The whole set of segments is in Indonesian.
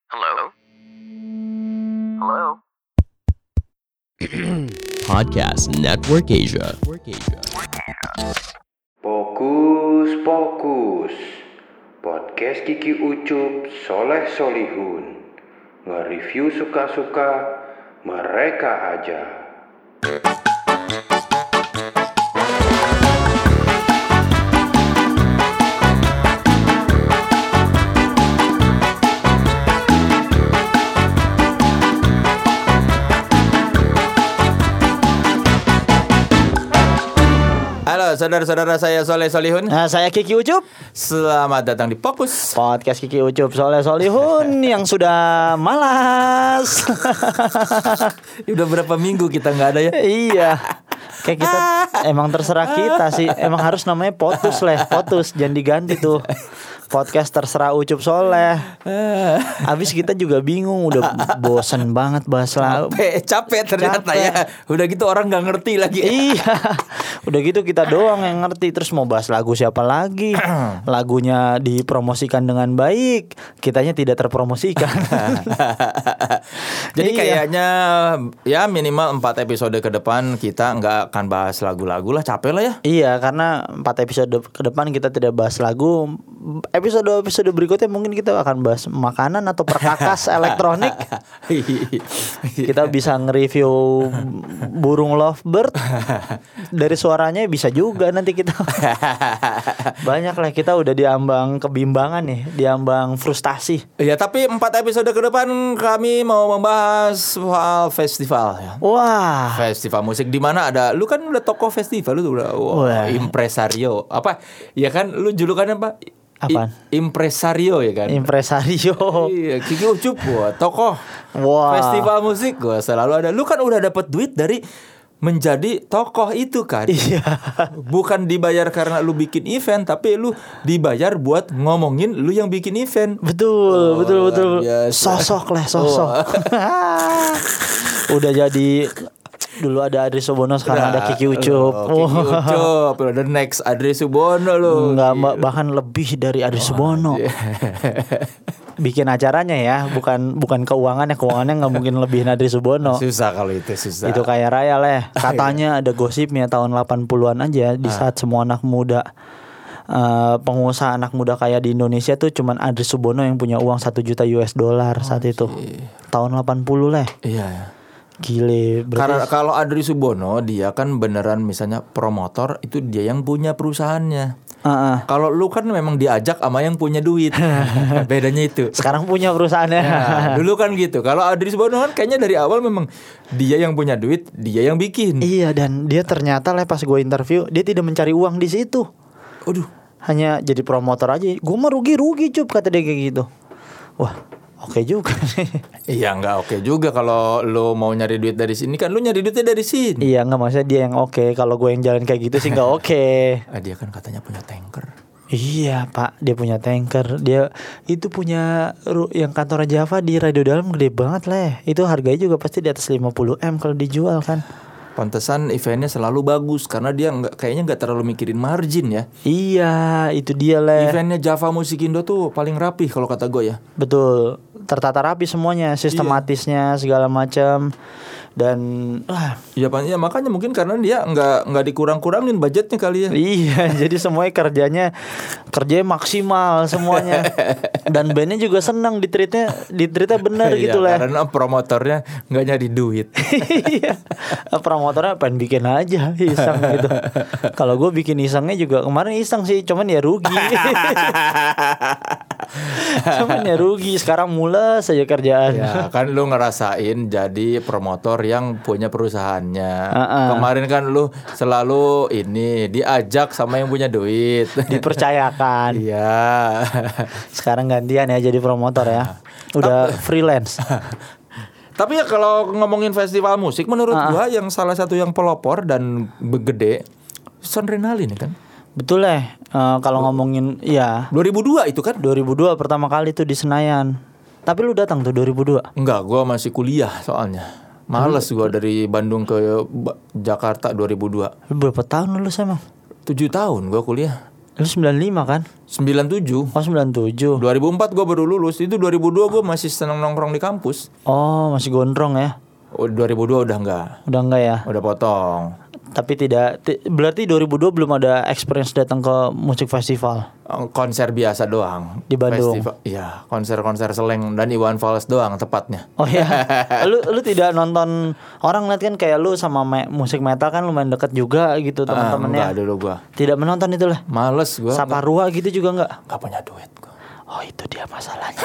Hello? Hello? Podcast Network Asia. Fokus. Podcast Kiki Ucup Soleh Solihun. Nge-review suka-suka mereka aja. Halo saudara-saudara, saya Soleh Solihun. Saya Kiki Ucup. Selamat datang di Fokus. Podcast Kiki Ucup Soleh Solihun yang sudah malas. Udah berapa minggu kita nggak ada ya? Iya. Kayak kita emang terserah kita sih. Emang harus namanya Potus lah, Potus. Jangan diganti tuh. Podcast terserah Ucup Soleh. Abis kita juga bingung, udah bosen banget bahas lagu. Capek ternyata ya. Udah gitu orang nggak ngerti lagi. Iya. Udah gitu kita doang yang ngerti. Terus mau bahas lagu siapa lagi? Lagunya dipromosikan dengan baik, kitanya tidak terpromosikan. Jadi Iya. kayaknya ya minimal 4 episode ke depan kita nggak akan bahas lagu-lagu lah. Capek lah ya. Iya, karena 4 episode ke depan kita tidak bahas lagu. Episode berikutnya mungkin kita akan bahas makanan atau perkakas elektronik. Kita bisa nge-review burung lovebird. Dari suaranya bisa juga nanti kita. Banyak lah, kita udah diambang kebimbangan nih, diambang frustasi. Ya, tapi 4 episode ke depan kami mau membahas soal festival ya. Wah, Festival musik di mana ada, lu kan udah tokoh festival, lu udah Wah. impresario. Apa? Ya kan lu julukannya apa? Apaan? Impresario ya kan? impresario. Iya, Kiki Ucup gua tokoh Wah. festival musik gua selalu ada. Lu kan udah dapat duit dari menjadi tokoh itu kan. Iya. Bukan dibayar karena lu bikin event, tapi lu dibayar buat ngomongin lu yang bikin event. Betul. luar biasa. Sosok. Udah jadi, dulu ada Adri Subono, sekarang ada Kiki Ucup. Kiki Ucup, the next Adri Subono lu. Enggak, bahkan lebih dari Adri Subono. Bikin acaranya ya, bukan keuangannya nggak mungkin lebihin Adri Subono. Susah kalau itu, susah. Itu kaya raya lah. Katanya ada gosipnya tahun 80-an aja, di saat semua anak muda, pengusaha anak muda kaya di Indonesia tuh cuman Adri Subono yang punya uang 1 juta US dollar saat itu. Tahun 80 lah. Iya. Gile. Karena kalau Adri Subono dia kan beneran misalnya promotor, itu dia yang punya perusahaannya. Kalau lu kan memang diajak sama yang punya duit. Bedanya itu. Sekarang punya perusahaannya. Nah, dulu kan gitu. Kalau Adri Subono kan kayaknya dari awal memang dia yang punya duit, dia yang bikin. Iya, dan dia ternyata lah pas gue interview, dia tidak mencari uang di situ. Aduh. Hanya jadi promotor aja. Gue mah rugi Cup, kata dia kayak gitu. Wah, oke juga nih. Iya, nggak oke juga kalau lu mau nyari duit dari sini, kan lu nyari duitnya dari sini. Iya, nggak, maksudnya dia yang oke. Kalau gue yang jalan kayak gitu sih nggak oke. Dia kan katanya punya tanker. Iya Pak, dia punya tanker. Dia itu punya yang kantor Java di Radio Dalam gede banget lah. Itu harganya juga pasti di atas 50M kalau dijual kan. Pantesan eventnya selalu bagus karena dia kayaknya nggak terlalu mikirin margin ya. Iya, itu dia lah. Eventnya Java Musikindo tuh paling rapi kalau kata gue ya. Betul, tertata rapi semuanya, sistematisnya segala macam. Dan ya makanya mungkin karena dia nggak dikurang-kurangin budgetnya kali ya. Iya, jadi semuanya kerjanya maksimal semuanya. Dan bandnya juga senang ditreatnya benar gitu lah. Karena promotornya nggak nyari duit. Iya, promotornya pengen bikin aja iseng gitu. Kalau gue bikin isengnya juga kemarin iseng sih, cuman ya rugi. Sekarang mules aja kerjaan. Ya kan lu ngerasain jadi promotor yang punya perusahaannya. Kemarin kan lu selalu diajak sama yang punya duit, dipercayakan. Iya. Sekarang gantian ya jadi promotor ya. Udah freelance. Tapi ya kalau ngomongin festival musik, menurut gua yang salah satu yang pelopor dan gede Sonrenalin kan. Betul lah. Kalau ngomongin ya 2002 itu kan. 2002 pertama kali tuh di Senayan. Tapi lu datang tuh 2002? Enggak, gua masih kuliah soalnya. Males gue dari Bandung ke Jakarta 2002. Berapa tahun lulus emang? 7 tahun gue kuliah. Lu 95 kan? 97. Oh 97. 2004 gue baru lulus. Itu 2002 gue masih seneng nongkrong di kampus. Oh masih gondrong ya? Oh, 2002 udah enggak. Udah enggak ya? Udah potong. Tapi berarti 2002 belum ada experience datang ke musik festival. Konser biasa doang di Bandung. Iya, konser-konser Seleng dan Iwan Fals doang tepatnya. Oh iya. lu tidak nonton, orang lihat kan kayak lu sama musik metal kan lumayan deket juga gitu teman-temannya. Enggak dulu gua. Tidak menonton itu lah. Males gua. Saparua gitu juga enggak? Enggak punya duit gua. Oh itu dia masalahnya.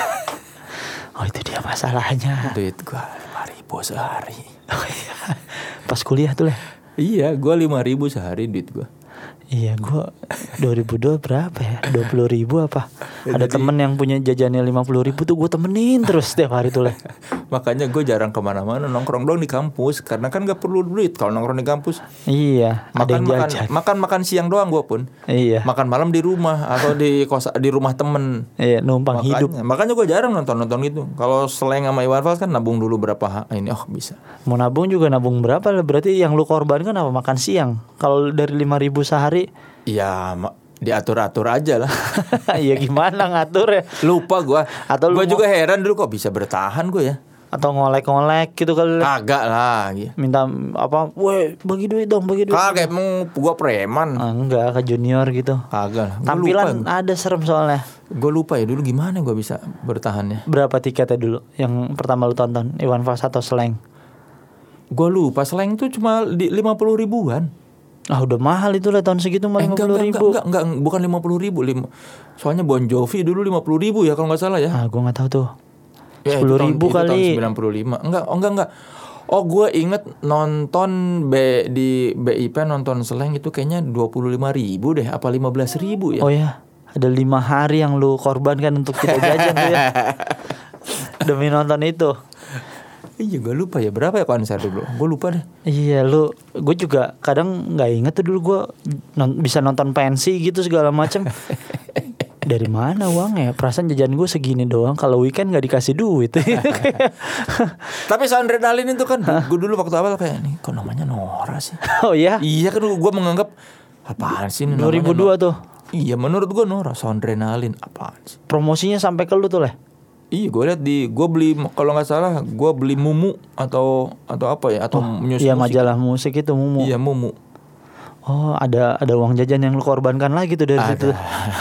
Duit gua 5.000 sehari. Oh iya. Pas kuliah tuh lah. Iya, gue 5.000 sehari duit gue. Iya, gue 2002 berapa ya? 20.000 apa? Ada temen yang punya jajannya 50.000 tuh gue temenin terus setiap hari tuh lah. Makanya gue jarang kemana-mana, nongkrong dong di kampus. Karena kan gak perlu duit kalau nongkrong di kampus. Iya, makan siang doang gue pun. Iya. Makan malam di rumah atau di rumah temen. Iya, numpang hidup. Makanya gue jarang nonton gitu. Kalau Seleng sama Iwan Fals kan nabung dulu berapa ini, bisa. Mau nabung juga nabung berapa lah? Berarti yang lu korbankan apa? Makan siang. Kalau dari 5.000 sehari. Iya, diatur-atur aja lah. Iya gimana ngatur ya? Lupa gue. Atau gue juga heran dulu kok bisa bertahan gue ya. Atau ngolek-ngolek gitu kali. Kagak lah. Minta apa? Weh, bagi duit dong, bagi duit. Kagak, emang gue preman. Enggak, ke junior gitu. Kagak. Tampilan ada serem soalnya. Gue lupa ya dulu gimana gue bisa bertahannya. Berapa tiketnya dulu yang pertama lu tonton? Iwan Fals atau Seleng? Gue lupa, Seleng tuh cuma di 50 ribuan. Ah udah mahal itu lah tahun segitu mah 50.000. Enggak, bukan 50.000. Soalnya Bon Jovi dulu 50.000 ya kalau nggak salah ya. Ah gue nggak tahu tuh. Ya, 10.000 kali. Tahun 95. Enggak. Oh gue inget nonton di BIP nonton Seleng itu kayaknya 25.000 deh, apa 15.000 ya? Oh ya, ada 5 hari yang lu korbankan untuk tidak jajan tuh ya. Demi nonton itu. Iya gue lupa ya berapa ya konser dulu. Gue lupa deh. Iya gue juga kadang nggak inget tuh dulu gue bisa nonton pensi gitu segala macam. Dari mana uangnya? Perasaan jajan gue segini doang. Kalau weekend nggak dikasih duit. Tapi Soundrenalin itu kan gue dulu waktu awal kayak nih kok namanya Nora sih. Oh ya? Iya kan gue menganggap apaan sih ini 2002 tuh. Iya menurut gue Nora Soundrenalin apaan sih? Promosinya sampai ke lu tuh lah. Iya gue lihat gue beli kalau nggak salah gue beli Mumu atau apa ya atau iya majalah musik itu Mumu. Iya Mumu. Oh ada uang jajan yang lu korbankan lagi tuh dari situ.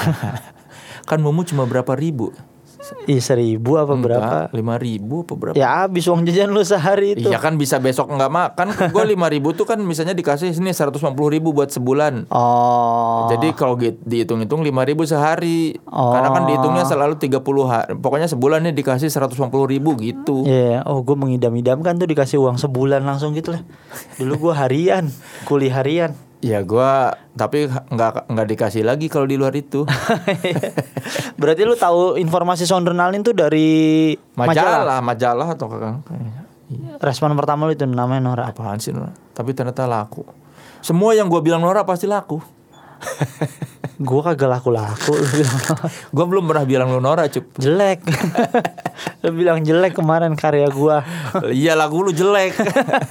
Kan Mumu cuma berapa ribu? Iya 1.000 apa berapa? 5.000 apa berapa? Ya habis uang jajan lu sehari itu. Iya kan bisa besok nggak makan. Gue 5.000 tuh kan misalnya dikasih sini 150.000 buat sebulan. Oh. Jadi kalau dihitung-hitung 5.000 sehari. Karena kan dihitungnya selalu 30 hari. Pokoknya sebulan nih dikasih 150.000 gitu. Iya. Oh gue mengidam-idamkan tuh dikasih uang sebulan langsung gitu lah. Dulu gue harian, kuliah harian. Ya gue tapi nggak dikasih lagi kalau di luar itu. Berarti lu tahu informasi Soundrenalin tuh dari majalah atau kakak? Respon pertama lu itu namanya Nora. Apaan sih Nora? Tapi ternyata laku. Semua yang gue bilang Nora pasti laku. Gue kagak laku. Gue belum pernah bilang lu Nora cup. Jelek. Lu bilang jelek kemarin karya gue. Iya lagu lu jelek.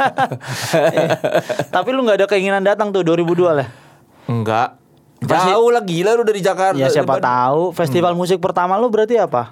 Tapi lu gak ada keinginan datang tuh 2002 lah. Enggak. Jauh lah gila lu dari Jakarta. Ya siapa tahu. Festival musik pertama lu berarti apa?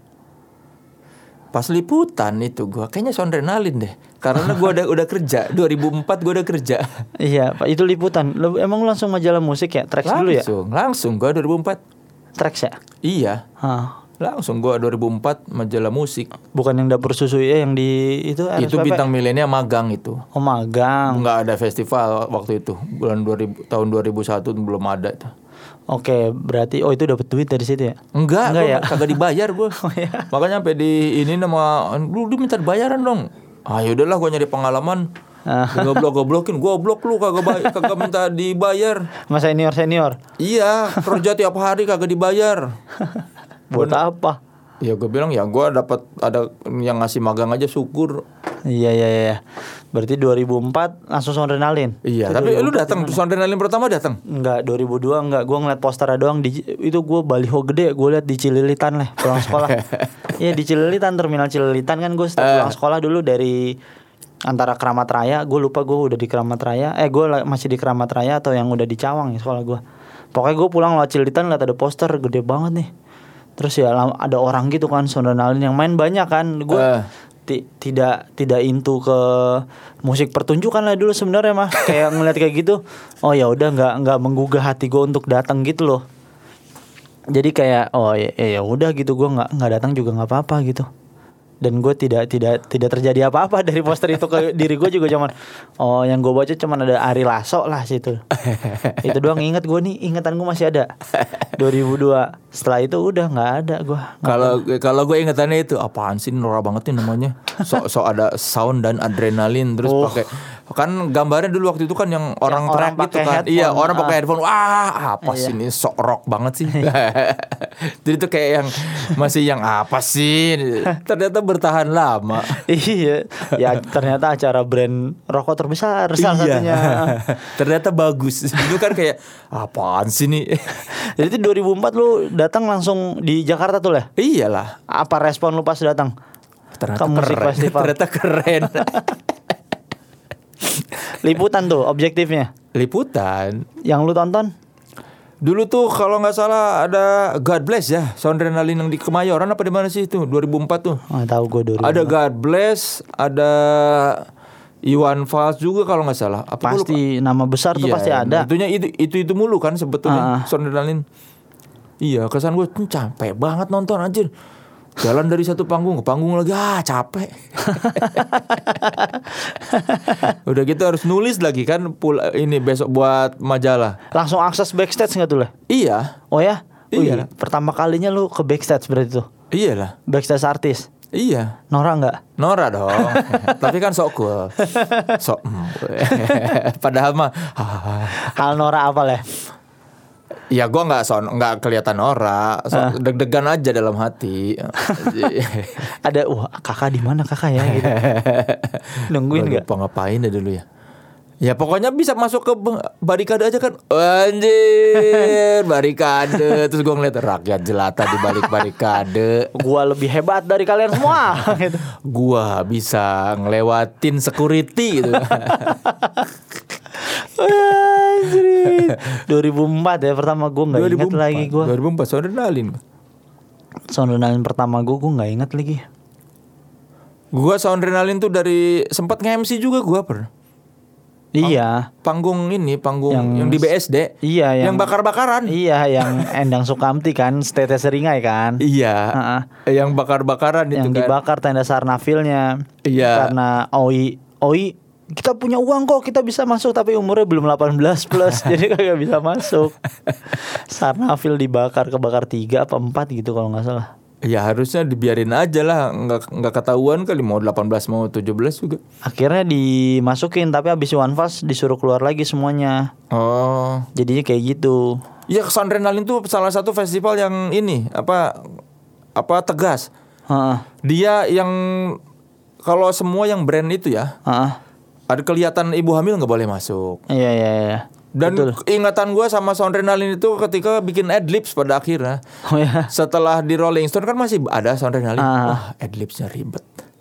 Pas liputan itu gue kayaknya Soundrenalin deh. Karena gue udah kerja 2004 gue udah kerja. Iya Pak itu liputan. Emang lu langsung majalah musik ya? Trax dulu ya? Langsung gue 2004 Trax ya? Iya langsung gue 2004 majalah musik. Bukan yang Dapur Susu ya yang di itu RSPP? Itu Bintang Milenial magang itu. Oh magang. Nggak ada festival waktu itu. Tahun 2001 belum ada itu. Oke, berarti itu dapat duit dari situ ya? Enggak ya? Kagak dibayar gue. Oh, ya? Makanya sampai di ini lu minta bayaran dong. Ah yaudahlah gue nyari pengalaman. Goblok-goblokin, goblok lu kagak minta dibayar. Mas senior. Iya, kerja tiap hari kagak dibayar. Buat apa? Ya gue bilang ya gue dapat ada yang ngasih magang aja syukur. Iya. Berarti 2004 langsung Soundrenalin. Iya, tapi lu datang Soundrenalin pertama datang? Enggak, 2002 enggak. Gue ngeliat posternya doang itu gue baliho gede, gue liat di Cililitan lah pulang sekolah. Iya di Cililitan, terminal Cililitan kan gue setelah pulang sekolah dulu dari antara Keramat Raya, gue lupa gue udah di Keramat Raya. Gue masih di Keramat Raya atau yang udah di Cawang ya sekolah gue. Pokoknya gue pulang lewat Cililitan liat ada poster gede banget nih. Terus ya ada orang gitu kan, Soundrenalin yang main banyak kan. Gue tidak into ke musik pertunjukan lah dulu sebenarnya mah. Kayak ngeliat kayak gitu, oh ya udah nggak menggugah hati gue untuk datang gitu loh. Jadi kayak ya udah gitu, gue nggak datang juga nggak apa-apa gitu. Dan gue tidak terjadi apa-apa dari poster itu ke diri gue juga, cuman yang gue baca cuman ada Ari Lasso lah situ. Itu doang inget gue nih, ingatan gue masih ada 2002. Setelah itu udah nggak ada gue. Kalau gue ingetannya itu apaan sih, norak banget nih namanya. So ada sound dan adrenalin terus pakai kan gambarnya dulu waktu itu kan yang orang track gitu kan. Headphone. Iya, orang pakai headphone. Wah, apa sih ini, sok rock banget sih. Jadi itu kayak yang masih yang apa sih? Ternyata bertahan lama. Iya, ya ternyata acara brand rokok terbesar salah satunya. Ternyata bagus. Dulu kan kayak apaan sih nih? Jadi itu 2004 lu datang langsung di Jakarta tuh lah. Iyalah. Apa respon lu pas datang? Ternyata ke musik keren. festival. Ternyata keren. Liputan tuh objektifnya. Liputan. Yang lu tonton? Dulu tuh kalau nggak salah ada God Bless ya, Soundrenalin yang di Kemayoran apa di mana sih itu 2004 tuh. Tahu gue 2004. Ada God Bless, ada Iwan Fals juga kalau nggak salah. Apa pasti nama besar tuh pasti ada. Itunya itu mulu kan sebetulnya Soundrenalin. Iya, kesan gue capek banget nonton anjir. Jalan dari satu panggung ke panggung lagi, capek. Udah gitu harus nulis lagi kan ini besok buat majalah. Langsung akses backstage nggak tuh lah? Iya. Oh ya? Iya. Pertama kalinya lu ke backstage berarti tuh? Iyalah. Backstage artis? Iya. Nora nggak? Nora dong. Tapi kan sok cool. Sok. Padahal mah. Hal Nora apa lah? Ya gue nggak kelihatan Nora, deg-degan aja dalam hati. Ada kakak di mana kakak ya gitu. Nungguin nggak? Ngapain ya dulu ya? Ya pokoknya bisa masuk ke barikade aja kan. Anjir, barikade. Terus gue ngeliat rakyat jelata di balik barikade. Gua lebih hebat dari kalian semua. Gitu. Gua bisa ngelewatin security gitu. 2004 ya pertama gue nggak inget lagi gue. 2004 Soundrenalin pertama gue nggak inget lagi. Gue Soundrenalin tuh dari sempat nge-MC juga gue pernah. Iya. Panggung yang di BSD. Iya. Yang bakar-bakaran. Iya, yang Endang Sukamti kan, Tete Seringai kan. Iya. Yang bakar-bakaran itu kan. Yang dibakar tenda Sarnafilnya. Iya. Karena OI kita punya uang kok, kita bisa masuk tapi umurnya belum 18 plus. Jadi kagak bisa masuk. Sarnafil dibakar, kebakar 3 apa 4 gitu kalau gak salah. Ya harusnya dibiarin aja lah, nggak ketahuan kali mau 18 mau 17 juga. Akhirnya dimasukin tapi abis Iwan Fals disuruh keluar lagi semuanya. Oh. Jadinya kayak gitu. Iya, Soundrenalin tuh salah satu festival yang ini apa tegas. Dia yang kalau semua yang brand itu ya. Ada kelihatan ibu hamil nggak boleh masuk. Iya. Dan betul. Ingatan gue sama Soundrenalin itu ketika bikin adlibs pada akhirnya. Oh ya. Setelah di Rolling Stone kan masih ada Soundrenalin. Wah, adlibsnya ribet.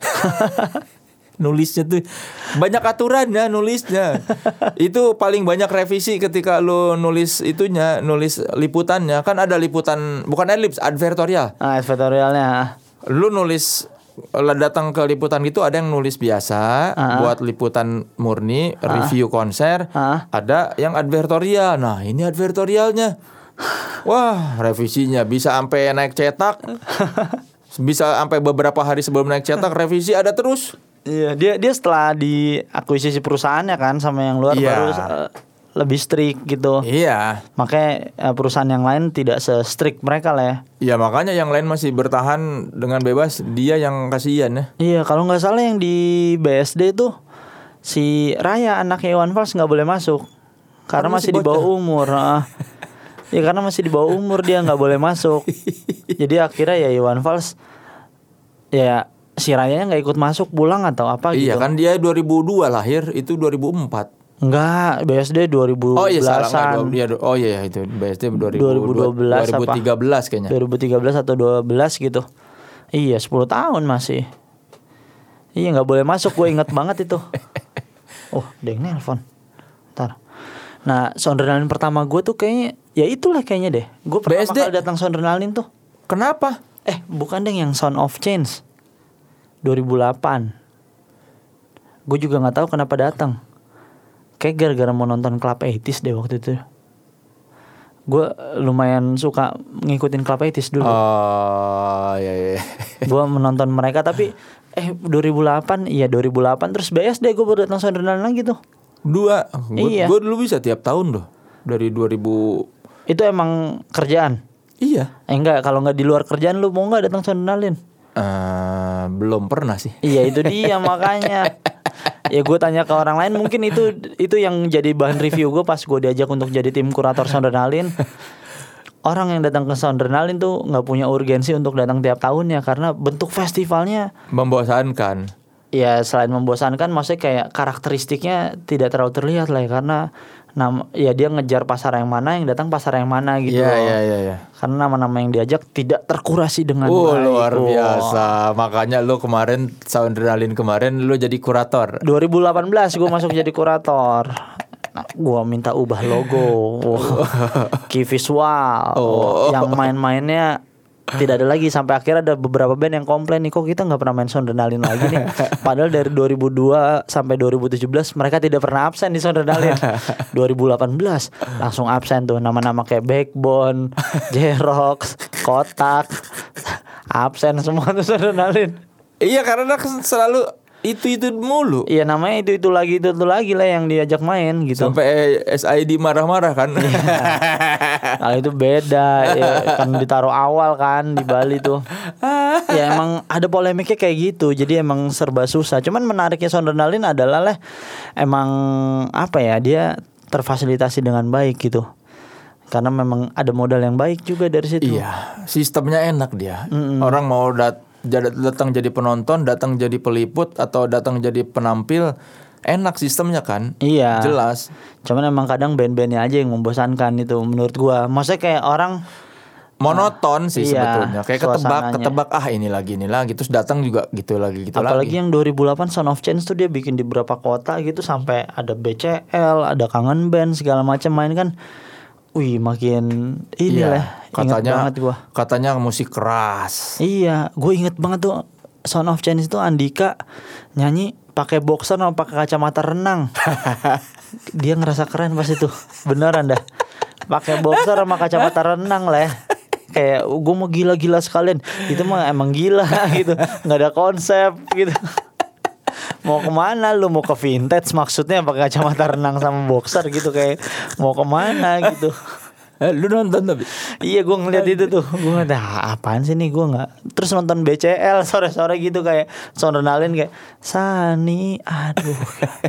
Nulisnya tuh banyak aturannya nulisnya. Itu paling banyak revisi ketika lo nulis liputannya. Kan ada liputan, bukan adlibs, advertorial. Advertorialnya. Lu nulis datang ke liputan gitu, ada yang nulis biasa buat liputan murni, review konser, ada yang advertorial. Nah, ini advertorialnya. Wah, revisinya bisa sampai naik cetak. Bisa sampai beberapa hari sebelum naik cetak revisi ada terus. Iya, dia setelah diakuisisi perusahaannya kan sama yang luar baru lebih strict gitu. Iya. Makanya perusahaan yang lain tidak se-strict mereka lah ya. Iya, makanya yang lain masih bertahan dengan bebas, dia yang kasihan ya. Iya, kalau nggak salah yang di BSD tuh si Raya anaknya Iwan Fals nggak boleh masuk karena masih di bawah umur. Ya karena masih di bawah umur dia nggak boleh masuk. Jadi akhirnya ya Iwan Fals ya si Rayanya nggak ikut masuk, pulang atau apa gitu. Iya kan dia 2002 lahir, itu 2004. Enggak, BSD 2012-an. Oh iya salah, itu BSD 2012 2013 kayaknya. 2013 atau 12 gitu. Iya, 10 tahun masih. Iya, enggak boleh masuk, gue inget banget itu. Oh, ada yang nelpon. Ntar. Nah, Soundernalin pertama gue tuh kayaknya ya itulah kayaknya deh. Gue pertama BSD? kali datang Soundernalin tuh. Kenapa? Bukan deh, yang Sound of Change 2008. Gue juga nggak tahu kenapa datang. Kayak gara-gara mau nonton Club 80s deh waktu itu. Gue lumayan suka ngikutin Club 80s dulu. Oh iya. Gue menonton mereka tapi 2008 terus BSD gue baru datang Soundernalin lagi tuh. 2. Iya. Gue dulu bisa tiap tahun loh. Dari 2000. Itu emang kerjaan. Iya. Enggak, kalau nggak di luar kerjaan lu mau nggak datang Soundernalin? Belum pernah sih. Iya itu dia makanya. Ya gue tanya ke orang lain, mungkin itu yang jadi bahan review gue pas gue diajak untuk jadi tim kurator Soundernalin. Orang yang datang ke Soundernalin tuh nggak punya urgensi untuk datang tiap tahunnya karena bentuk festivalnya membosankan. Ya selain membosankan, maksudnya kayak karakteristiknya tidak terlalu terlihat lah ya, karena ya dia ngejar pasar yang mana, yang datang pasar yang mana gitu. Iya. Karena nama-nama yang diajak tidak terkurasi dengan baik. Luar biasa. Makanya lu kemarin Soundernalin kemarin lu jadi kurator. 2018 gue masuk jadi kurator. Nah, gue minta ubah logo, key visual, yang main-mainnya tidak ada lagi. Sampai akhirnya ada beberapa band yang komplain nih, kok kita nggak pernah main Soundernalin lagi nih. Padahal dari 2002 sampai 2017 mereka tidak pernah absen di Soundernalin. 2018 langsung absen tuh, nama-nama kayak Backbone, Jerox, Kotak, absen semua tuh Soundernalin. Iya, karena selalu itu mulu. Iya, namanya itu lagi lah yang diajak main gitu. Sampai SID marah-marah kan. Nah itu beda ya, kan ditaruh awal kan di Bali tuh. Ya emang ada polemiknya kayak gitu. Jadi emang serba susah. Cuman menariknya Soundernalin adalah emang apa ya, dia terfasilitasi dengan baik gitu. Karena memang ada modal yang baik juga dari situ. Iya, sistemnya enak dia. Orang mau datang jadi penonton, datang jadi peliput, atau datang jadi penampil, enak sistemnya kan. Iya, jelas. Cuman emang kadang band-bandnya aja yang membosankan itu menurut gua. Maksudnya kayak orang monoton sih sebetulnya. Kayak ketebak ini lagi terus datang juga gitu lagi. Apalagi yang 2008 Sound of Change tuh dia bikin di beberapa kota gitu, sampai ada BCL, ada Kangen Band segala macam main kan. Wih, makin katanya musik keras. Iya, gue inget banget tuh Sound of Change itu Andika nyanyi pakai boxer sama pakai kacamata renang. Dia ngerasa keren pas itu. Beneran dah. Pakai boxer sama kacamata renang lah. Kayak gue mau gila-gila sekalian. Itu mah emang gila gitu. Nggak ada konsep gitu. Mau kemana lu? Mau ke vintage maksudnya pakai kacamata renang sama boxer gitu, kayak mau kemana gitu. Lu nonton tapi? Iya, gue ngeliat itu tuh. Gue apaan sih nih, gue nggak. Terus nonton BCL sore-sore gitu kayak Soundernalin kayak Sani, aduh.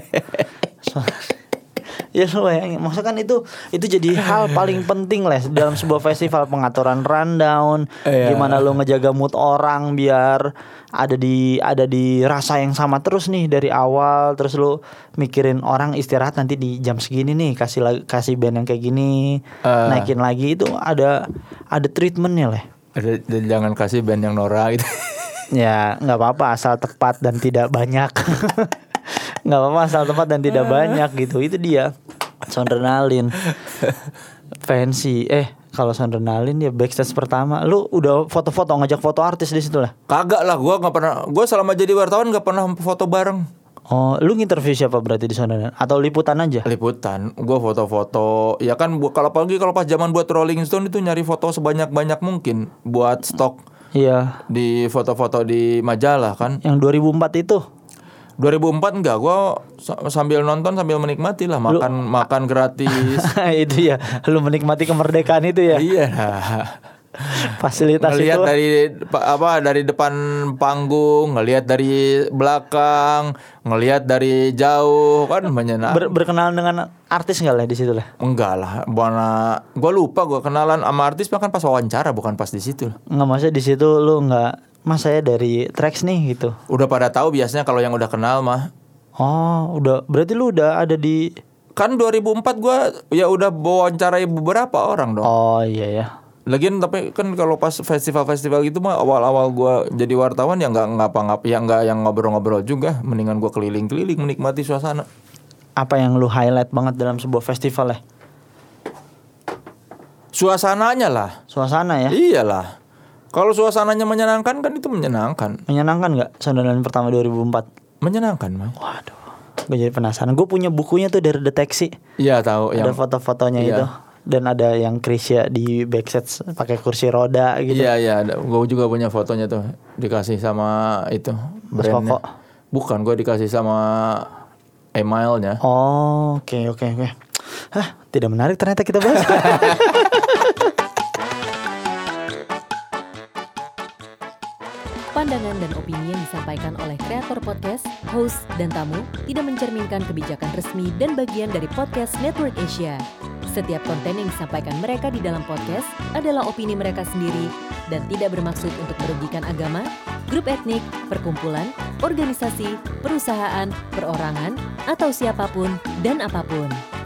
Ya lu bayangin, maksudnya kan itu jadi hal paling penting lah dalam sebuah festival, pengaturan rundown, gimana lu ngejaga mood orang biar ada di rasa yang sama terus nih dari awal, terus lu mikirin orang istirahat nanti di jam segini nih, kasih band yang kayak gini, naikin lagi, itu ada treatmentnya lah. Jangan kasih band yang norak gitu. Ya nggak apa-apa asal tepat dan tidak banyak. Nggak apa-apa asal tepat dan tidak banyak gitu. Itu dia Soundernalin. Fancy. Kalau Soundernalin ya backstage pertama, lu udah foto-foto, ngajak foto artis di situ lah? Kagak lah, gue nggak pernah. Gue selama jadi wartawan nggak pernah foto bareng. Oh, lu nginterview siapa berarti di Soundernalin? Atau liputan aja? Liputan. Gue foto-foto. Ya kan kalau pas zaman buat Rolling Stone itu nyari foto sebanyak-banyak mungkin buat stok. Iya. Di foto-foto di majalah kan. Yang 2004 itu? 2004 enggak, gue sambil nonton sambil menikmati lah, makan gratis. Itu ya, lu menikmati kemerdekaan itu ya. Iya. Fasilitas ngelihat itu dari depan panggung, ngelihat dari belakang, ngelihat dari jauh kan menyenangkan. Berkenalan dengan artis enggak lah di situ lah? Enggak lah, gue lupa gue kenalan sama artis bahkan pas wawancara, bukan pas di situ. Enggak, maksudnya di situ lu enggak, Mas saya dari Trax nih gitu. Udah pada tahu biasanya kalau yang udah kenal mah. Oh, udah. Berarti lu udah ada di. Kan 2004 gue ya udah wawancarai beberapa orang dong. Oh iya ya. Lagian tapi kan kalau pas festival-festival gitu mah awal-awal gue jadi wartawan ya nggak ngapa-ngapa, ya nggak yang ngobrol-ngobrol juga. Mendingan gue keliling-keliling menikmati suasana. Apa yang lu highlight banget dalam sebuah festival ya? Suasananya lah. Suasana ya. Iyalah. Kalau suasananya menyenangkan kan itu menyenangkan. Menyenangkan nggak Sonderland pertama 2004? Menyenangkan, Mas. Waduh. Gue jadi penasaran. Gue punya bukunya tuh dari Deteksi. Iya tahu. Ada foto-fotonya itu. Dan ada yang Krisya di backstage pakai kursi roda gitu. Iya. Gue juga punya fotonya tuh. Dikasih sama itu Mas Koko. Bukan, gue dikasih sama emailnya. Oh, oke. Hah, tidak menarik ternyata kita bahas. Pandangan dan opini yang disampaikan oleh kreator podcast, host, dan tamu tidak mencerminkan kebijakan resmi dan bagian dari podcast Network Asia. Setiap konten yang disampaikan mereka di dalam podcast adalah opini mereka sendiri dan tidak bermaksud untuk merugikan agama, grup etnik, perkumpulan, organisasi, perusahaan, perorangan, atau siapapun dan apapun.